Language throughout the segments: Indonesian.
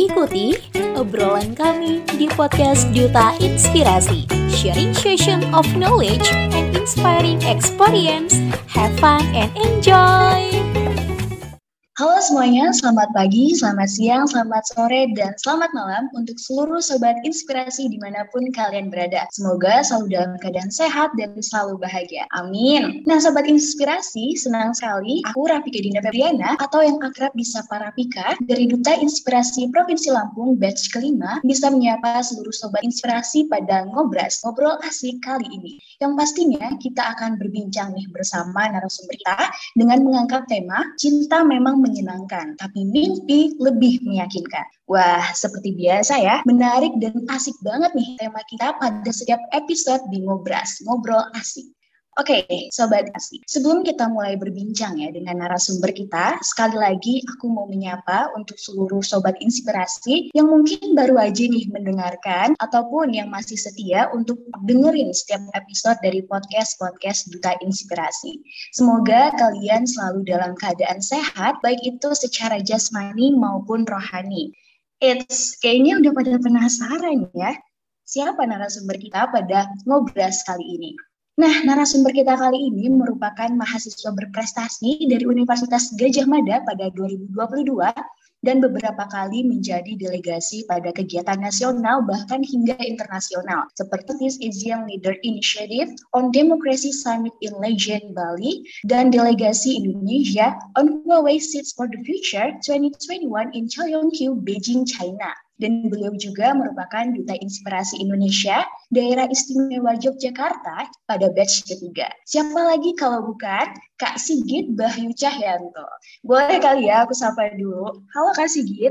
Ikuti obrolan kami di podcast Duta Inspirasi, sharing session of knowledge and inspiring experience. Have fun and enjoy! Halo semuanya, selamat pagi, selamat siang, selamat sore, dan selamat malam untuk seluruh Sobat Inspirasi dimanapun kalian berada. Semoga selalu dalam keadaan sehat dan selalu bahagia. Amin. Nah Sobat Inspirasi, senang sekali aku Rafika Dinda Febriana atau yang akrab disapa Rafika dari Duta Inspirasi Provinsi Lampung batch kelima bisa menyapa seluruh Sobat Inspirasi pada Ngobrol Asik kali ini. Yang pastinya kita akan berbincang nih bersama narasumber kita dengan mengangkat tema Cinta Memang Menyenangkan, tapi mimpi lebih meyakinkan. Wah, seperti biasa ya, menarik dan asik banget nih tema kita pada setiap episode di Ngobrol Asik. Oke, Sobat Asik, sebelum kita mulai berbincang ya dengan narasumber kita, sekali lagi aku mau menyapa untuk seluruh Sobat Inspirasi yang mungkin baru aja nih mendengarkan ataupun yang masih setia untuk dengerin setiap episode dari podcast Duta Inspirasi. Semoga kalian selalu dalam keadaan sehat, baik itu secara jasmani maupun rohani. Kayaknya udah pada penasaran ya, siapa narasumber kita pada Ngobras kali ini? Nah, narasumber kita kali ini merupakan mahasiswa berprestasi dari Universitas Gadjah Mada pada 2022 dan beberapa kali menjadi delegasi pada kegiatan nasional bahkan hingga internasional seperti This Asian Leader Initiative on Democracy Summit in Legend Bali dan delegasi Indonesia on Huawei Seeds for the Future 2021 in Cheongju, Beijing, China. Dan beliau juga merupakan Duta Inspirasi Indonesia, Daerah Istimewa Yogyakarta pada batch ketiga. Siapa lagi kalau bukan Kak Sigit Bahyu Cahyanto. Boleh kali ya aku sapa dulu. Halo Kak Sigit.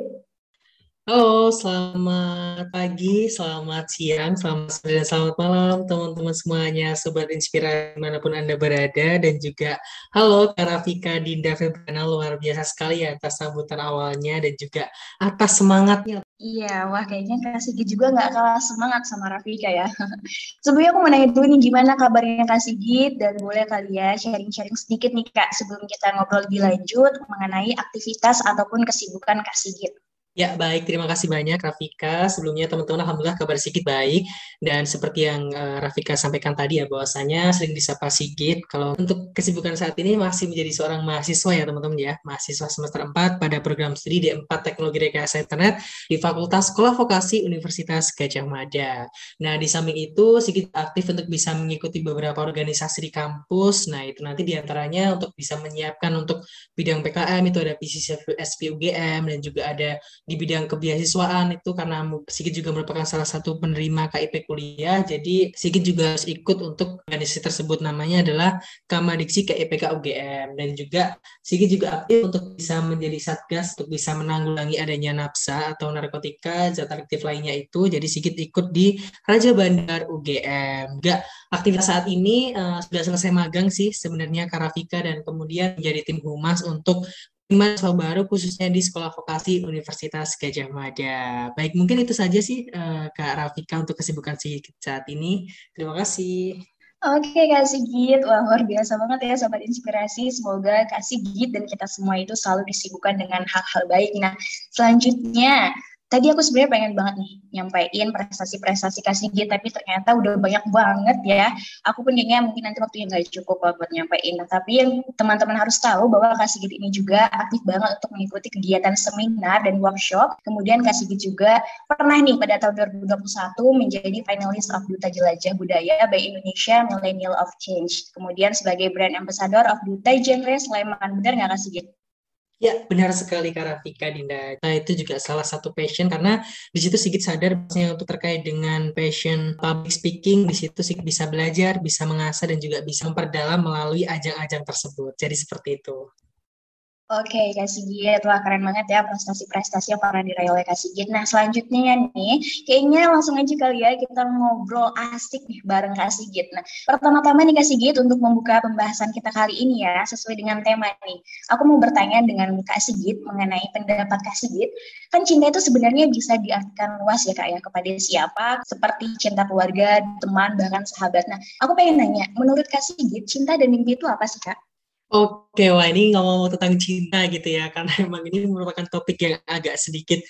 Halo, selamat pagi, selamat siang, selamat sore, dan selamat malam teman-teman semuanya, Sobat Inspirasi dimanapun Anda berada, dan juga halo Kak Rafika Dinda Febriana, luar biasa sekali ya atas sambutan awalnya dan juga atas semangatnya. Iya, wah kayaknya Kak Sigit juga nggak kalah semangat sama Rafika ya. Sebelumnya aku mau nanya dulu nih gimana kabarnya Kak Sigit, dan boleh kali ya sharing-sharing sedikit nih Kak sebelum kita ngobrol lebih lanjut mengenai aktivitas ataupun kesibukan Kak Sigit. Ya, baik. Terima kasih banyak, Rafika. Sebelumnya, teman-teman, alhamdulillah kabar Sigit baik. Dan seperti yang Rafika sampaikan tadi ya, bahwasanya sering disapa Sigit. Kalau untuk kesibukan saat ini masih menjadi seorang mahasiswa ya, teman-teman ya. Mahasiswa semester 4 pada program studi D4 Teknologi Rekayasa Internet di Fakultas Sekolah Vokasi Universitas Gadjah Mada. Nah, di samping itu, Sigit aktif untuk bisa mengikuti beberapa organisasi di kampus. Nah, itu nanti diantaranya untuk bisa menyiapkan untuk bidang PKM, itu ada PCSP-UGM, dan juga ada di bidang kebeasiswaan itu karena Sigit juga merupakan salah satu penerima KIP kuliah, jadi Sigit juga harus ikut untuk organisasi tersebut, namanya adalah Kamadiksi KIPK UGM, dan juga Sigit juga aktif untuk bisa menjadi satgas untuk bisa menanggulangi adanya nafsa atau narkotika zat aktif lainnya itu, jadi Sigit ikut di Raja Bandar UGM. Juga aktivitas saat ini sudah selesai magang sih sebenarnya Kak Rafika, dan kemudian menjadi tim humas untuk mahasiswa baru khususnya di Sekolah Vokasi Universitas Gadjah Mada. Baik, mungkin itu saja sih Kak Rafika untuk kesibukan Sigit saat ini. Terima kasih. Oke Kak Sigit, wah luar biasa banget ya Sobat Inspirasi. Semoga Kak Sigit dan kita semua itu selalu disibukkan dengan hal-hal baik. Nah, selanjutnya tadi aku sebenarnya pengen banget nih nyampein prestasi-prestasi Kak Sigit, tapi ternyata udah banyak banget ya. Aku pun kayaknya mungkin nanti waktunya nggak cukup buat nyampein. Nah, tapi yang teman-teman harus tahu bahwa Kak Sigit ini juga aktif banget untuk mengikuti kegiatan seminar dan workshop. Kemudian Kak Sigit juga pernah nih pada tahun 2021 menjadi finalis of Duta Jelajah Budaya by Indonesia Millennial of Change. Kemudian sebagai brand ambassador of Duta Genre Sleman. Benar nggak Kak Sigit? Ya, benar sekali Kak Rafika Dinda. Nah, itu juga salah satu passion karena di situ Sigit sadar bahwasanya untuk terkait dengan passion public speaking, di situ Sigit bisa belajar, bisa mengasah dan juga bisa memperdalam melalui ajang-ajang tersebut. Jadi seperti itu. Oke, Kak Sigit. Wah, keren banget ya prestasi-prestasi yang pernah diraih oleh Kak Sigit. Nah, selanjutnya nih, kayaknya langsung aja kali ya kita ngobrol asik nih bareng Kak Sigit. Nah, pertama-tama nih Kak Sigit untuk membuka pembahasan kita kali ini ya, sesuai dengan tema nih. Aku mau bertanya dengan Kak Sigit mengenai pendapat Kak Sigit. Kan cinta itu sebenarnya bisa diartikan luas ya Kak ya, kepada siapa, seperti cinta keluarga, teman, bahkan sahabat. Nah, aku pengen nanya, menurut Kak Sigit, cinta dan mimpi itu apa sih Kak? Oke, wah ini ngomong tentang cinta gitu ya, karena emang ini merupakan topik yang agak sedikit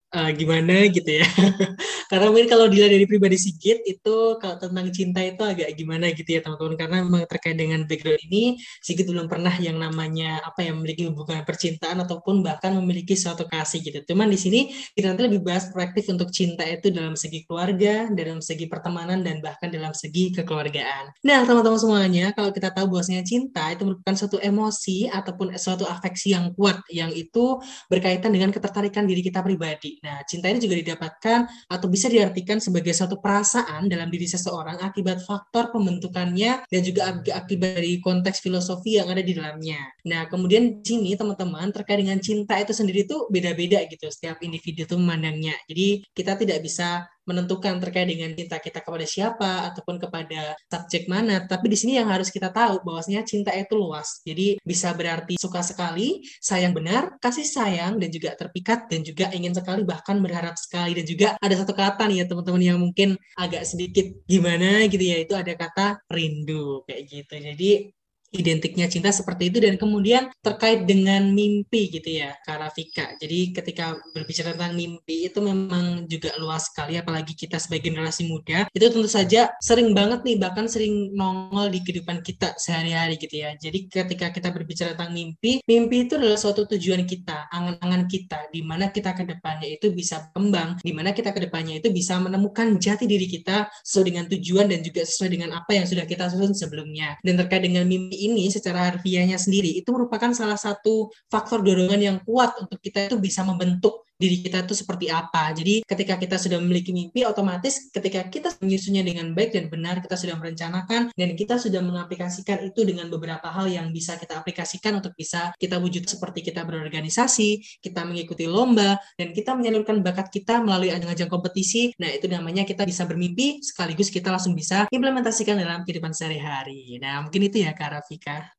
gimana gitu ya. Karena mungkin kalau dilihat dari pribadi Sigit itu kalau tentang cinta itu agak gimana gitu ya teman-teman. Karena memang terkait dengan background ini Sigit belum pernah yang namanya apa ya memiliki hubungan percintaan ataupun bahkan memiliki suatu kasih gitu. Cuman di sini kita nanti lebih bahas proaktif untuk cinta itu dalam segi keluarga, dalam segi pertemanan dan bahkan dalam segi kekeluargaan. Nah teman-teman semuanya kalau kita tahu bahwasanya cinta itu merupakan suatu emosi ataupun suatu afeksi yang kuat yang itu berkaitan dengan ketertarikan diri kita pribadi. Nah, cinta ini juga didapatkan atau bisa diartikan sebagai suatu perasaan dalam diri seseorang akibat faktor pembentukannya dan juga akibat dari konteks filosofi yang ada di dalamnya. Nah, kemudian di sini teman-teman terkait dengan cinta itu sendiri tuh beda-beda gitu. Setiap individu itu memandangnya. Jadi, kita tidak bisa menentukan terkait dengan cinta kita kepada siapa ataupun kepada subjek mana. Tapi di sini yang harus kita tahu bahwasanya cinta itu luas. Jadi bisa berarti suka sekali, sayang benar, kasih sayang dan juga terpikat dan juga ingin sekali bahkan berharap sekali dan juga ada satu kata nih ya teman-teman yang mungkin agak sedikit gimana gitu ya itu ada kata rindu kayak gitu. Jadi identiknya cinta seperti itu dan kemudian terkait dengan mimpi gitu ya Kak Rafika. Jadi ketika berbicara tentang mimpi itu memang juga luas sekali apalagi kita sebagai generasi muda itu tentu saja sering banget nih bahkan sering nongol di kehidupan kita sehari-hari gitu ya. Jadi ketika kita berbicara tentang mimpi, mimpi itu adalah suatu tujuan kita, angan-angan kita di mana kita ke depannya itu bisa berkembang, di mana kita ke depannya itu bisa menemukan jati diri kita sesuai dengan tujuan dan juga sesuai dengan apa yang sudah kita susun sebelumnya. Dan terkait dengan mimpi ini secara harfiahnya sendiri itu merupakan salah satu faktor dorongan yang kuat untuk kita itu bisa membentuk diri kita itu seperti apa. Jadi ketika kita sudah memiliki mimpi, otomatis ketika kita menyusunnya dengan baik dan benar, kita sudah merencanakan dan kita sudah mengaplikasikan itu dengan beberapa hal yang bisa kita aplikasikan untuk bisa kita wujud seperti kita berorganisasi, kita mengikuti lomba, dan kita menyalurkan bakat kita melalui ajang-ajang kompetisi. Nah, itu namanya kita bisa bermimpi, sekaligus kita langsung bisa implementasikan dalam kehidupan sehari-hari. Nah, mungkin itu ya Kak Rafika.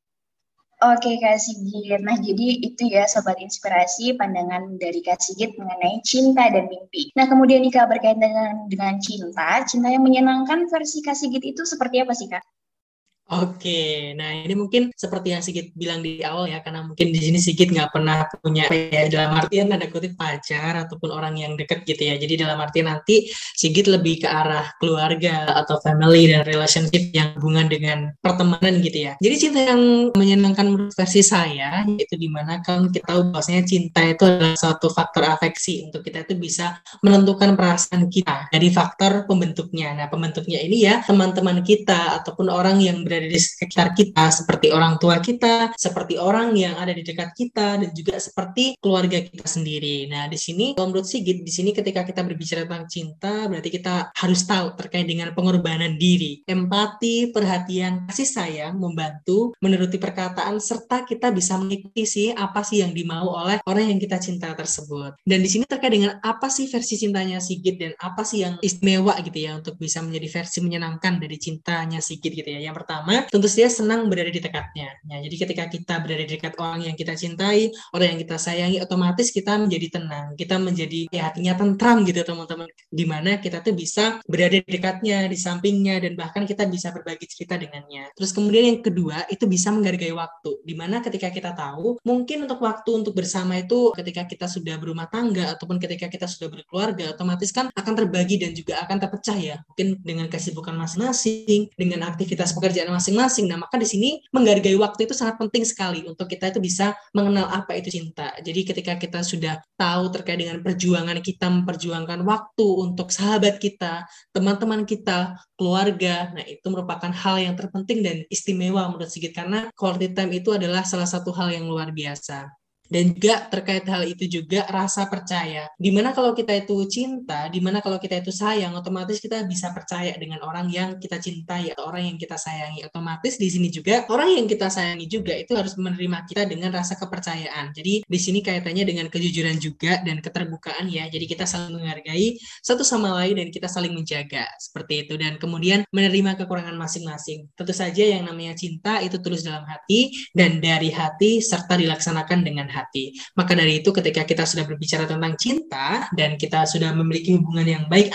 Oke Kak Sigit, nah jadi itu ya Sobat Inspirasi pandangan dari Kak Sigit mengenai cinta dan mimpi. Nah kemudian nih Kak berkaitan dengan cinta, cinta yang menyenangkan versi Kak Sigit itu seperti apa sih Kak? Oke, nah ini mungkin seperti yang Sigit bilang di awal ya, karena mungkin di sini Sigit nggak pernah punya apa ya dalam artian ada kutip pacar ataupun orang yang deket gitu ya. Jadi dalam artian nanti Sigit lebih ke arah keluarga atau family dan relationship yang hubungan dengan pertemanan gitu ya. Jadi cinta yang menyenangkan menurut versi saya yaitu dimana kan kita tahu bahwasanya cinta itu adalah suatu faktor afeksi untuk kita itu bisa menentukan perasaan kita dari faktor pembentuknya. Nah pembentuknya ini ya teman-teman kita ataupun orang yang berada di sekitar kita, seperti orang tua kita, seperti orang yang ada di dekat kita, dan juga seperti keluarga kita sendiri. Nah, di sini, kalau menurut Sigit, di sini ketika kita berbicara tentang cinta, berarti kita harus tahu terkait dengan pengorbanan diri, empati, perhatian, kasih sayang, membantu, menuruti perkataan, serta kita bisa mengikuti sih apa sih yang dimau oleh orang yang kita cinta tersebut. Dan di sini terkait dengan apa sih versi cintanya Sigit dan apa sih yang istimewa gitu ya untuk bisa menjadi versi menyenangkan dari cintanya Sigit gitu ya. Yang pertama, tentu saja senang berada di dekatnya. Ya, jadi ketika kita berada di dekat orang yang kita cintai, orang yang kita sayangi, otomatis kita menjadi tenang, kita menjadi ya, hatinya tentram gitu teman-teman. Dimana kita tuh bisa berada di dekatnya, di sampingnya, dan bahkan kita bisa berbagi cerita dengannya. Terus kemudian yang kedua, itu bisa menghargai waktu. Dimana ketika kita tahu, mungkin untuk waktu untuk bersama itu ketika kita sudah berumah tangga, ataupun ketika kita sudah berkeluarga, otomatis kan akan terbagi dan juga akan terpecah ya. Mungkin dengan kesibukan masing-masing, dengan aktivitas pekerjaan masing-masing. Nah, maka di sini menghargai waktu itu sangat penting sekali untuk kita itu bisa mengenal apa itu cinta. Jadi ketika kita sudah tahu terkait dengan perjuangan kita memperjuangkan waktu untuk sahabat kita, teman-teman kita, keluarga, nah itu merupakan hal yang terpenting dan istimewa menurut Sigit karena quality time itu adalah salah satu hal yang luar biasa. Dan juga terkait hal itu juga rasa percaya. Dimana kalau kita itu cinta, dimana kalau kita itu sayang, otomatis kita bisa percaya dengan orang yang kita cintai atau orang yang kita sayangi. Otomatis di sini juga orang yang kita sayangi juga itu harus menerima kita dengan rasa kepercayaan. Jadi di sini kaitannya dengan kejujuran juga dan keterbukaan ya. Jadi kita saling menghargai satu sama lain dan kita saling menjaga seperti itu. Dan kemudian menerima kekurangan masing-masing. Tentu saja yang namanya cinta itu tulus dalam hati dan dari hati serta dilaksanakan dengan hati. Maka dari itu ketika kita sudah berbicara tentang cinta dan kita sudah memiliki hubungan yang baik antar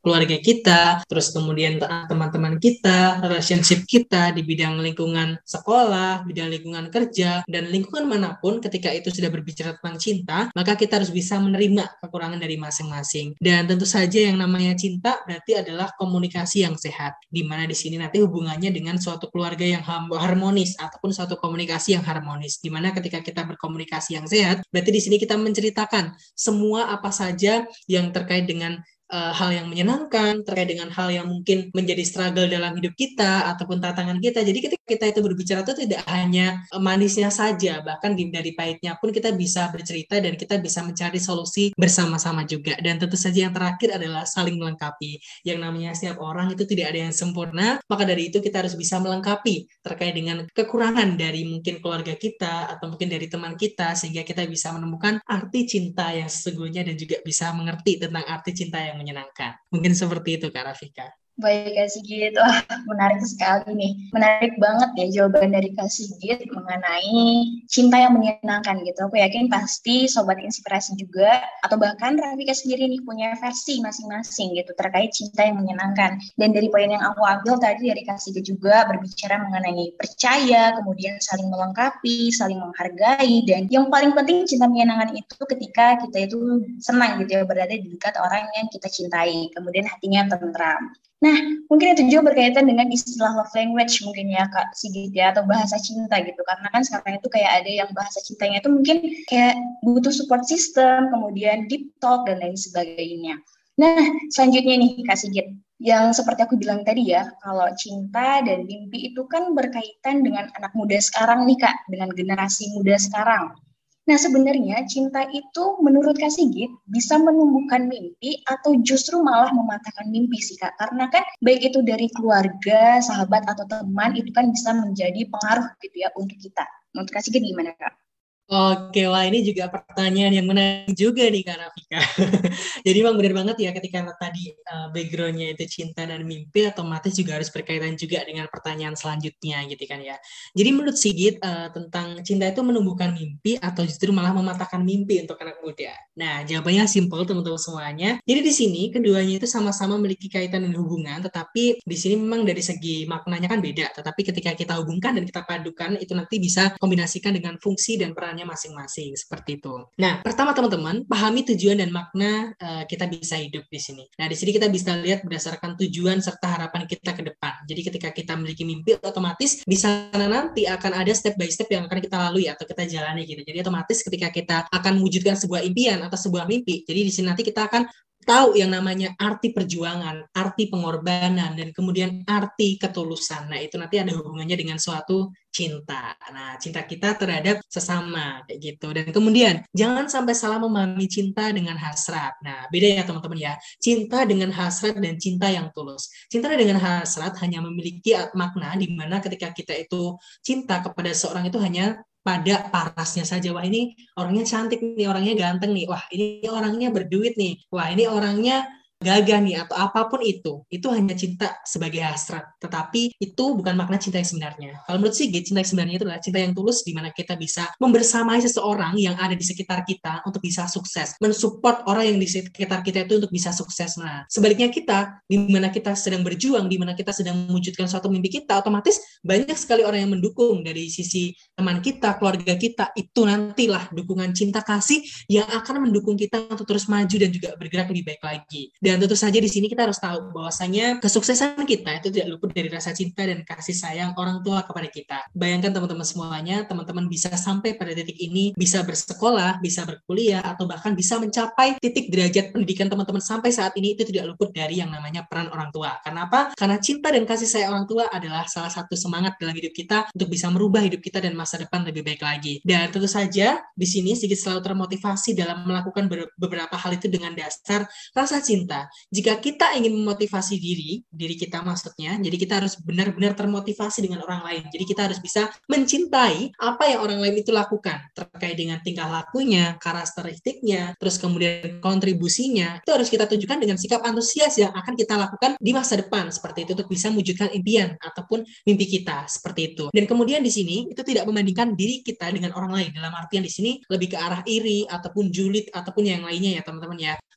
keluarga kita, terus kemudian teman-teman kita, relationship kita di bidang lingkungan sekolah, bidang lingkungan kerja, dan lingkungan manapun. Ketika itu sudah berbicara tentang cinta, maka kita harus bisa menerima kekurangan dari masing-masing. Dan tentu saja yang namanya cinta berarti adalah komunikasi yang sehat, di mana di sini nanti hubungannya dengan suatu keluarga yang harmonis ataupun suatu komunikasi yang harmonis, di mana ketika kita berkomunikasi yang sehat, berarti di sini kita menceritakan semua apa saja yang terkait dengan hal yang menyenangkan, terkait dengan hal yang mungkin menjadi struggle dalam hidup kita ataupun tantangan kita. Jadi ketika kita itu berbicara itu tidak hanya manisnya saja, bahkan dari pahitnya pun kita bisa bercerita dan kita bisa mencari solusi bersama-sama juga. Dan tentu saja yang terakhir adalah saling melengkapi. Yang namanya setiap orang itu tidak ada yang sempurna, maka dari itu kita harus bisa melengkapi terkait dengan kekurangan dari mungkin keluarga kita atau mungkin dari teman kita, sehingga kita bisa menemukan arti cinta yang sesungguhnya dan juga bisa mengerti tentang arti cinta yang menyenangkan. Mungkin seperti itu, Kak Rafika. Baik Kak Sigit, wah menarik sekali nih. Menarik banget ya jawaban dari Kak Sigit mengenai cinta yang menyenangkan gitu. Aku yakin pasti Sobat Inspirasi juga, atau bahkan Rafika sendiri nih punya versi masing-masing gitu terkait cinta yang menyenangkan. Dan dari poin yang aku ambil tadi dari Kak Sigit juga berbicara mengenai percaya, kemudian saling melengkapi, saling menghargai, dan yang paling penting cinta menyenangkan itu ketika kita itu senang gitu ya, berada di dekat orang yang kita cintai, kemudian hatinya tentram. Nah, mungkin itu juga berkaitan dengan istilah love language mungkin ya Kak Sigit ya, atau bahasa cinta gitu. Karena kan sekarang itu kayak ada yang bahasa cintanya itu mungkin kayak butuh support system, kemudian deep talk, dan lain sebagainya. Nah, selanjutnya nih Kak Sigit, yang seperti aku bilang tadi ya, kalau cinta dan mimpi itu kan berkaitan dengan anak muda sekarang nih Kak, dengan generasi muda sekarang. Nah, sebenarnya cinta itu menurut Kak Sigit bisa menumbuhkan mimpi atau justru malah mematahkan mimpi sih Kak? Karena kan baik itu dari keluarga, sahabat, atau teman, itu kan bisa menjadi pengaruh gitu ya untuk kita. Menurut Kak Sigit gimana Kak? Oke, wah ini juga pertanyaan yang menarik juga nih Kak Rafika. Jadi memang benar banget ya ketika tadi background-nya itu cinta dan mimpi, otomatis juga harus berkaitan juga dengan pertanyaan selanjutnya gitu kan ya. Jadi menurut Sigit tentang cinta itu menumbuhkan mimpi atau justru malah mematahkan mimpi untuk anak muda. Nah, jawabannya simpel teman-teman semuanya. Jadi di sini keduanya itu sama-sama memiliki kaitan dan hubungan, tetapi di sini memang dari segi maknanya kan beda. Tetapi ketika kita hubungkan dan kita padukan, itu nanti bisa kombinasikan dengan fungsi dan perannya masing-masing seperti itu. Nah, pertama teman-teman, pahami tujuan dan makna kita bisa hidup di sini. Nah, di sini kita bisa lihat berdasarkan tujuan serta harapan kita ke depan. Jadi ketika kita memiliki mimpi, otomatis di sana nanti akan ada step by step yang akan kita lalui atau kita jalani gitu. Jadi otomatis ketika kita akan mewujudkan sebuah impian atau sebuah mimpi, jadi di sini nanti kita akan tahu yang namanya arti perjuangan, arti pengorbanan, dan kemudian arti ketulusan. Nah, itu nanti ada hubungannya dengan suatu cinta. Nah, cinta kita terhadap sesama, kayak gitu. Dan kemudian, jangan sampai salah memahami cinta dengan hasrat. Nah, beda ya teman-teman ya. Cinta dengan hasrat dan cinta yang tulus. Cinta dengan hasrat hanya memiliki makna di mana ketika kita itu cinta kepada seorang itu hanya pada parasnya saja. Wah, ini orangnya cantik nih, orangnya ganteng nih, wah ini orangnya berduit nih, wah ini orangnya gagah nih, atau apapun itu hanya cinta sebagai hasrat, tetapi itu bukan makna cinta yang sebenarnya. Kalau menurut Sigit, cinta yang sebenarnya itu adalah cinta yang tulus, di mana kita bisa membersamai seseorang yang ada di sekitar kita untuk bisa sukses, mensupport orang yang di sekitar kita itu untuk bisa sukses. Nah, sebaliknya kita, di mana kita sedang berjuang, di mana kita sedang mewujudkan suatu mimpi kita, otomatis banyak sekali orang yang mendukung dari sisi teman kita, keluarga kita, itu nantilah dukungan cinta kasih yang akan mendukung kita untuk terus maju dan juga bergerak lebih baik lagi. Dan tentu saja di sini kita harus tahu bahwasanya kesuksesan kita itu tidak luput dari rasa cinta dan kasih sayang orang tua kepada kita. Bayangkan teman-teman semuanya, teman-teman bisa sampai pada titik ini, bisa bersekolah, bisa berkuliah, atau bahkan bisa mencapai titik derajat pendidikan teman-teman sampai saat ini, itu tidak luput dari yang namanya peran orang tua. Kenapa? Karena cinta dan kasih sayang orang tua adalah salah satu semangat dalam hidup kita untuk bisa merubah hidup kita dan masa depan lebih baik lagi. Dan tentu saja di sini Sigit selalu termotivasi dalam melakukan beberapa hal itu dengan dasar rasa cinta. Jika kita ingin memotivasi diri kita maksudnya, jadi kita harus benar-benar termotivasi dengan orang lain. Jadi kita harus bisa mencintai apa yang orang lain itu lakukan terkait dengan tingkah lakunya, karakteristiknya, terus kemudian kontribusinya. Itu harus kita tunjukkan dengan sikap antusias yang akan kita lakukan di masa depan seperti itu untuk bisa mewujudkan impian ataupun mimpi kita seperti itu. Dan kemudian di sini itu tidak membandingkan diri kita dengan orang lain, dalam artian di sini lebih ke arah iri ataupun julid ataupun yang lainnya ya teman-teman ya.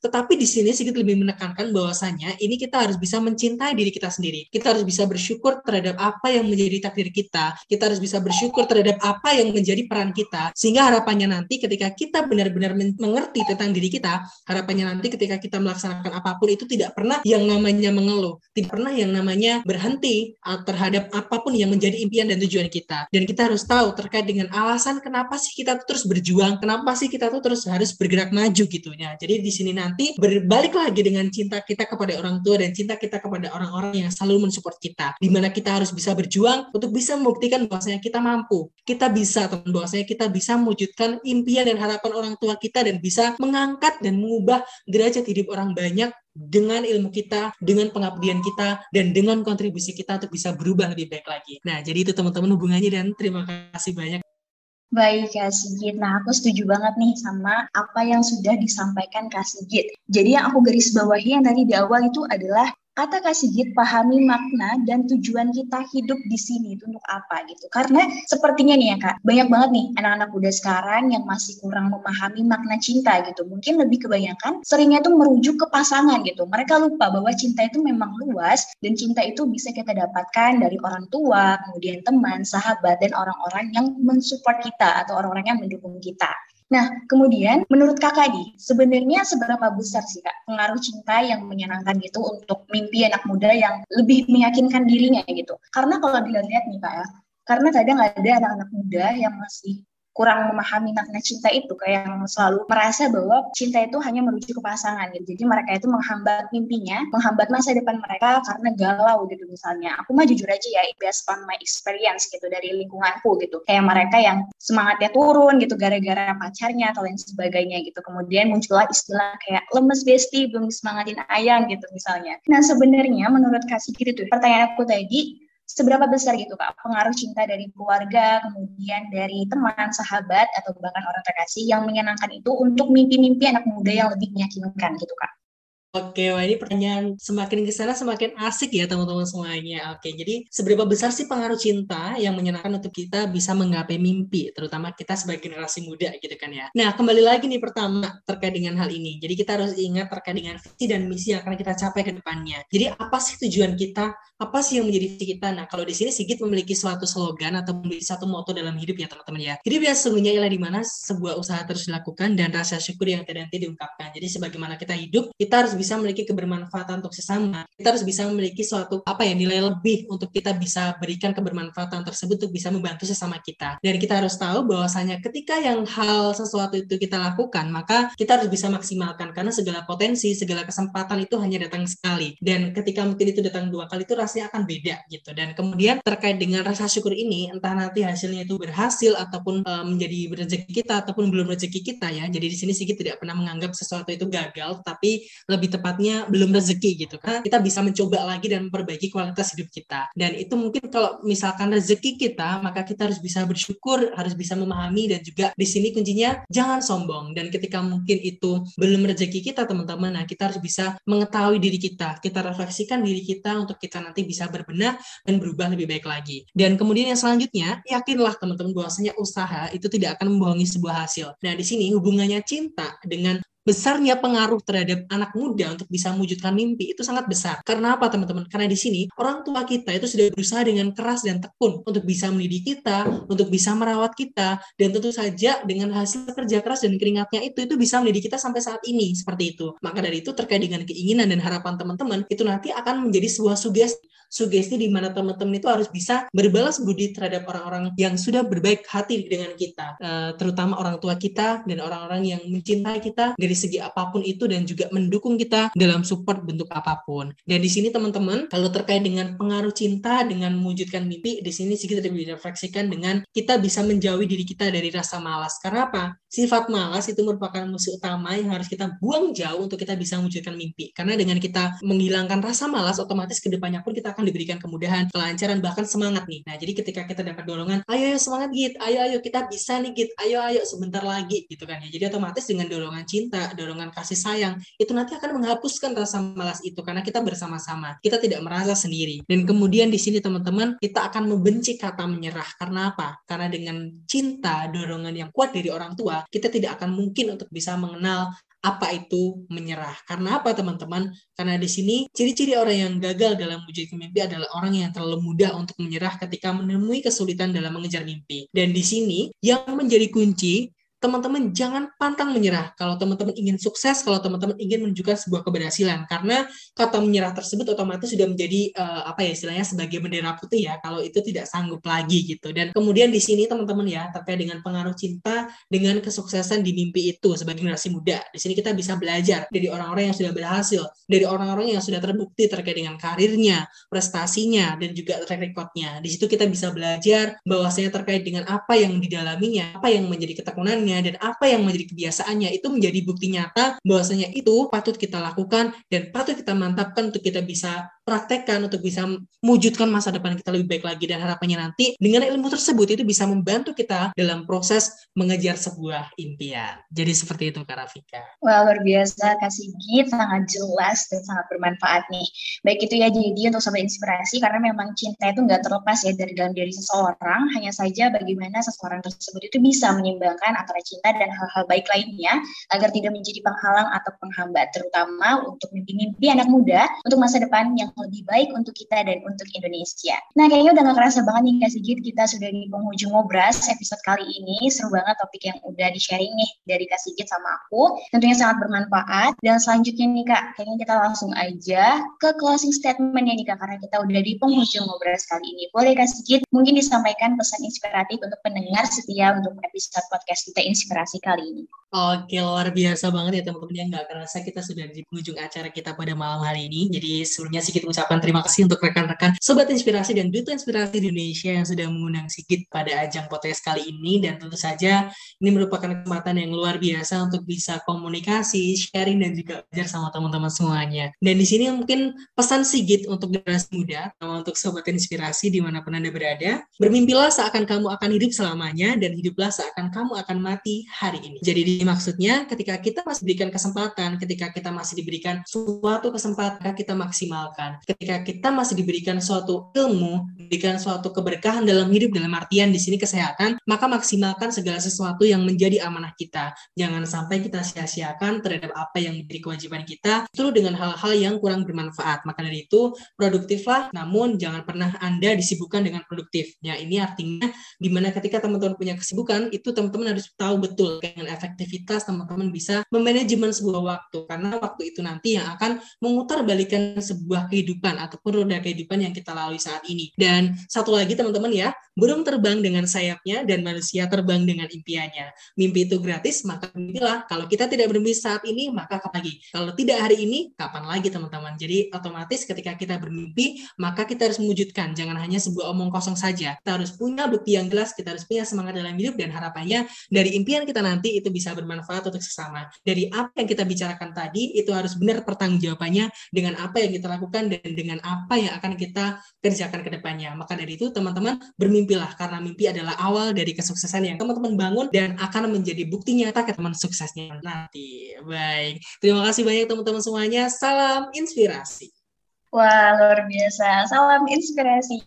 Tetapi di sini sedikit lebih menekankan bahwasanya ini kita harus bisa mencintai diri kita sendiri. Kita harus bisa bersyukur terhadap apa yang menjadi takdir kita. Kita harus bisa bersyukur terhadap apa yang menjadi peran kita. Sehingga harapannya nanti ketika kita benar-benar mengerti tentang diri kita, harapannya nanti ketika kita melaksanakan apapun itu tidak pernah yang namanya mengeluh, tidak pernah yang namanya berhenti terhadap apapun yang menjadi impian dan tujuan kita. Dan kita harus tahu terkait dengan alasan kenapa sih kita tuh terus berjuang, kenapa sih kita tuh terus harus bergerak maju gitu ya. Jadi di sini nanti berbalik lagi dengan cinta kita kepada orang tua dan cinta kita kepada orang-orang yang selalu mensupport kita. Di mana kita harus bisa berjuang untuk bisa membuktikan bahwasanya kita mampu. Kita bisa, teman, bahwasanya kita bisa mewujudkan impian dan harapan orang tua kita dan bisa mengangkat dan mengubah derajat hidup orang banyak dengan ilmu kita, dengan pengabdian kita, dan dengan kontribusi kita untuk bisa berubah lebih baik lagi. Nah, jadi itu teman-teman hubungannya, dan terima kasih banyak. Baik, Kak Sigit. Nah, aku setuju banget nih sama apa yang sudah disampaikan Kak Sigit. Jadi yang aku garis bawahi yang tadi di awal itu adalah kata Kak Sigit, pahami makna dan tujuan kita hidup di sini itu untuk apa gitu. Karena sepertinya nih ya Kak, banyak banget nih anak-anak muda sekarang yang masih kurang memahami makna cinta gitu. Mungkin lebih kebanyakan seringnya tuh merujuk ke pasangan gitu. Mereka lupa bahwa cinta itu memang luas dan cinta itu bisa kita dapatkan dari orang tua, kemudian teman, sahabat, dan orang-orang yang mensupport kita atau orang-orang yang mendukung kita. Nah, kemudian menurut Kakak nih, sebenarnya seberapa besar sih Kak pengaruh cinta yang menyenangkan gitu untuk mimpi anak muda yang lebih meyakinkan dirinya gitu? Karena kalau dilihat nih Kak ya, karena kadang ada anak-anak muda yang masih kurang memahami makna cinta itu, kayak yang selalu merasa bahwa cinta itu hanya merujuk ke pasangan gitu. Jadi mereka itu menghambat mimpinya, menghambat masa depan mereka karena galau gitu misalnya. Aku mah jujur aja ya, based on my experience gitu dari lingkunganku gitu. Kayak mereka yang semangatnya turun gitu gara-gara pacarnya atau lain sebagainya gitu. Kemudian muncullah istilah kayak lemes besti, belum disemangatin ayang gitu misalnya. Nah sebenarnya menurut Kak Sigit itu, pertanyaan aku tadi, seberapa besar gitu Kak pengaruh cinta dari keluarga, kemudian dari teman, sahabat, atau bahkan orang terkasih yang menyenangkan itu untuk mimpi-mimpi anak muda yang lebih meyakinkan gitu Kak? Oke, wah ini pertanyaan semakin ke sana semakin asik ya teman-teman semuanya. Oke, jadi seberapa besar sih pengaruh cinta yang menyenangkan untuk kita bisa menggapai mimpi, terutama kita sebagai generasi muda gitu kan ya. Nah, kembali lagi nih pertama terkait dengan hal ini. Jadi kita harus ingat terkait dengan visi dan misi yang akan kita capai ke depannya. Jadi apa sih tujuan kita? Apa sih yang menjadi visi kita? Nah, kalau di sini Sigit memiliki suatu slogan atau memiliki satu moto dalam hidup ya teman-teman ya. Jadi biasa sesungguhnya ialah di mana sebuah usaha terus dilakukan dan rasa syukur yang tidak henti diungkapkan. Jadi sebagaimana kita hidup, kita harus bisa memiliki kebermanfaatan untuk sesama. Kita harus bisa memiliki suatu nilai lebih untuk kita bisa berikan kebermanfaatan tersebut untuk bisa membantu sesama kita. Dan kita harus tahu bahwasanya ketika yang hal sesuatu itu kita lakukan, maka kita harus bisa maksimalkan karena segala potensi, segala kesempatan itu hanya datang sekali. Dan ketika mungkin itu datang 2 kali itu rasanya akan beda gitu. Dan kemudian terkait dengan rasa syukur ini, entah nanti hasilnya itu berhasil ataupun menjadi rezeki kita ataupun belum rezeki kita ya. Jadi di sini Sigit tidak pernah menganggap sesuatu itu gagal, tapi lebih tepatnya belum rezeki gitu. Karena kita bisa mencoba lagi dan memperbaiki kualitas hidup kita. Dan itu mungkin kalau misalkan rezeki kita, maka kita harus bisa bersyukur, harus bisa memahami, dan juga di sini kuncinya jangan sombong. Dan ketika mungkin itu belum rezeki kita teman-teman, nah kita harus bisa mengetahui diri kita refleksikan diri kita untuk kita nanti bisa berbenah dan berubah lebih baik lagi. Dan kemudian yang selanjutnya, yakinlah teman-teman bahwasanya usaha itu tidak akan membohongi sebuah hasil. Nah, di sini hubungannya cinta dengan besarnya pengaruh terhadap anak muda untuk bisa mewujudkan mimpi itu sangat besar. Karena apa teman-teman? Karena di sini orang tua kita itu sudah berusaha dengan keras dan tekun untuk bisa mendidik kita, untuk bisa merawat kita, dan tentu saja dengan hasil kerja keras dan keringatnya itu bisa mendidik kita sampai saat ini seperti itu. Maka dari itu terkait dengan keinginan dan harapan teman-teman itu nanti akan menjadi sebuah sugesti di mana teman-teman itu harus bisa berbalas budi terhadap orang-orang yang sudah berbaik hati dengan kita, terutama orang tua kita dan orang-orang yang mencintai kita dari segi apapun itu dan juga mendukung kita dalam support bentuk apapun. Dan di sini teman-teman, kalau terkait dengan pengaruh cinta dengan mewujudkan mimpi, di sini kita direfleksikan dengan kita bisa menjauhi diri kita dari rasa malas. Karena apa? Sifat malas itu merupakan musuh utama yang harus kita buang jauh untuk kita bisa mewujudkan mimpi. Karena dengan kita menghilangkan rasa malas, otomatis kedepannya pun kita akan diberikan kemudahan, kelancaran, bahkan semangat nih. Nah, jadi ketika kita dapat dorongan, ayo semangat Git, ayo kita bisa nih Git, ayo sebentar lagi gitu kan ya. Jadi otomatis dengan dorongan cinta, dorongan kasih sayang, itu nanti akan menghapuskan rasa malas itu karena kita bersama-sama. Kita tidak merasa sendiri. Dan kemudian di sini teman-teman, kita akan membenci kata menyerah. Karena apa? Karena dengan cinta, dorongan yang kuat dari orang tua, kita tidak akan mungkin untuk bisa mengenal apa itu menyerah. Karena apa teman-teman? Karena di sini ciri-ciri orang yang gagal dalam mewujudkan mimpi adalah orang yang terlalu mudah untuk menyerah ketika menemui kesulitan dalam mengejar mimpi. Dan di sini yang menjadi kunci, teman-teman jangan pantang menyerah. Kalau teman-teman ingin sukses, kalau teman-teman ingin menunjukkan sebuah keberhasilan, karena kata menyerah tersebut otomatis sudah menjadi istilahnya sebagai bendera putih ya, kalau itu tidak sanggup lagi gitu. Dan kemudian di sini teman-teman ya, terkait dengan pengaruh cinta dengan kesuksesan di mimpi itu sebagai generasi muda. Di sini kita bisa belajar dari orang-orang yang sudah berhasil, dari orang-orang yang sudah terbukti terkait dengan karirnya, prestasinya, dan juga track record-nya. Di situ kita bisa belajar bahwasanya terkait dengan apa yang didalaminya, apa yang menjadi ketekunannya, dan apa yang menjadi kebiasaannya, itu menjadi bukti nyata bahwasanya itu patut kita lakukan dan patut kita mantapkan untuk kita bisa praktekkan, untuk bisa mewujudkan masa depan kita lebih baik lagi. Dan harapannya nanti dengan ilmu tersebut itu bisa membantu kita dalam proses mengejar sebuah impian. Jadi seperti itu Kak Rafika. Wah, luar biasa Kak Sigit, sangat jelas dan sangat bermanfaat nih. Baik itu ya, jadi untuk sobat inspirasi, karena memang cinta itu nggak terlepas ya dari dalam diri seseorang, hanya saja bagaimana seseorang tersebut itu bisa menyeimbangkan antara cinta dan hal-hal baik lainnya agar tidak menjadi penghalang atau penghambat, terutama untuk mimpi-mimpi anak muda untuk masa depan yang lebih baik untuk kita dan untuk Indonesia. Nah, kayaknya udah gak kerasa banget nih Kak Sigit, kita sudah di penghujung ngobras episode kali ini. Seru banget topik yang udah di-sharing nih dari Kak Sigit sama aku, tentunya sangat bermanfaat. Dan selanjutnya nih Kak, kayaknya kita langsung aja ke closing statement-nya nih Kak, karena kita udah di penghujung ngobras kali ini. Boleh Kak Sigit mungkin disampaikan pesan inspiratif untuk pendengar setia untuk episode podcast kita inspirasi kali ini. Oke, luar biasa banget ya teman-teman, yang nggak kerasa kita sudah di penghujung acara kita pada malam hari ini. Jadi sebelumnya Sigit mengucapkan terima kasih untuk rekan-rekan Sobat Inspirasi dan Duta Inspirasi di Indonesia yang sudah mengundang Sigit pada ajang podcast kali ini. Dan tentu saja ini merupakan kesempatan yang luar biasa untuk bisa komunikasi, sharing, dan juga belajar sama teman-teman semuanya. Dan di sini mungkin pesan Sigit untuk generasi muda, sama untuk Sobat Inspirasi dimanapun Anda berada, bermimpilah seakan kamu akan hidup selamanya dan hiduplah seakan kamu akan mati hari ini. Jadi maksudnya ketika kita masih diberikan kesempatan, ketika kita masih diberikan suatu kesempatan, kita maksimalkan. Ketika kita masih diberikan suatu ilmu, diberikan suatu keberkahan dalam hidup, dalam artian di sini kesehatan, maka maksimalkan segala sesuatu yang menjadi amanah kita. Jangan sampai kita sia-siakan terhadap apa yang menjadi kewajiban kita, terus dengan hal-hal yang kurang bermanfaat. Maka dari itu, produktiflah, namun jangan pernah Anda disibukkan dengan produktif. Ya, ini artinya dimana ketika teman-teman punya kesibukan, itu teman-teman harus tahu betul dengan efektivitas teman-teman bisa memanajemen sebuah waktu, karena waktu itu nanti yang akan memutarbalikkan sebuah kehidupan ataupun roda kehidupan yang kita lalui saat ini. Dan satu lagi teman-teman ya, burung terbang dengan sayapnya dan manusia terbang dengan impiannya. Mimpi itu gratis, maka mimpilah. Kalau kita tidak bermimpi saat ini, maka kapan lagi? Kalau tidak hari ini, kapan lagi teman-teman? Jadi otomatis ketika kita bermimpi, maka kita harus mewujudkan. Jangan hanya sebuah omong kosong saja. Kita harus punya bukti yang jelas, kita harus punya semangat dalam hidup, dan harapannya dari impian kita nanti itu bisa bermanfaat untuk sesama. Dari apa yang kita bicarakan tadi, itu harus benar pertanggungjawabannya dengan apa yang kita lakukan dan dengan apa yang akan kita kerjakan ke depannya. Maka dari itu teman-teman bermimpilah, karena mimpi adalah awal dari kesuksesan yang teman-teman bangun dan akan menjadi bukti nyata ke teman suksesnya nanti. Baik, terima kasih banyak teman-teman semuanya. Salam inspirasi. Wah, luar biasa. Salam inspirasi.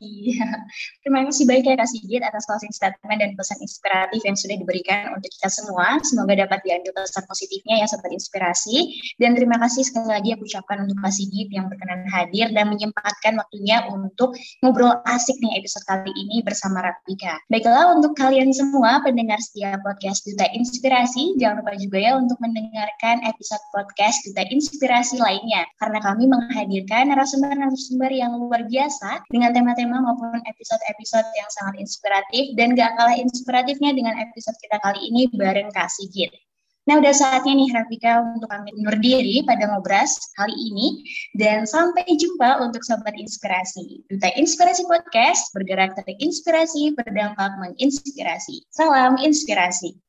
Terima kasih banyak ya Kak Sigit atas closing statement dan pesan inspiratif yang sudah diberikan untuk kita semua. Semoga dapat diambil pesan positifnya ya Sobat Inspirasi. Dan terima kasih sekali lagi aku ucapkan untuk Kak Sigit yang berkenan hadir dan menyempatkan waktunya untuk ngobrol asik nih episode kali ini bersama Rafika. Baiklah, untuk kalian semua pendengar setia podcast Duta Inspirasi, jangan lupa juga ya untuk mendengarkan episode podcast Duta Inspirasi lainnya. Karena kami menghadirkan narasumber yang luar biasa dengan tema-tema maupun episode-episode yang sangat inspiratif, dan gak kalah inspiratifnya dengan episode kita kali ini bareng Kak Sigit. Nah, udah saatnya nih Rafika untuk pamit undur diri pada ngobras kali ini, dan sampai jumpa untuk Sobat Inspirasi. Duta Inspirasi Podcast, bergerak terinspirasi, berdampak menginspirasi. Salam inspirasi.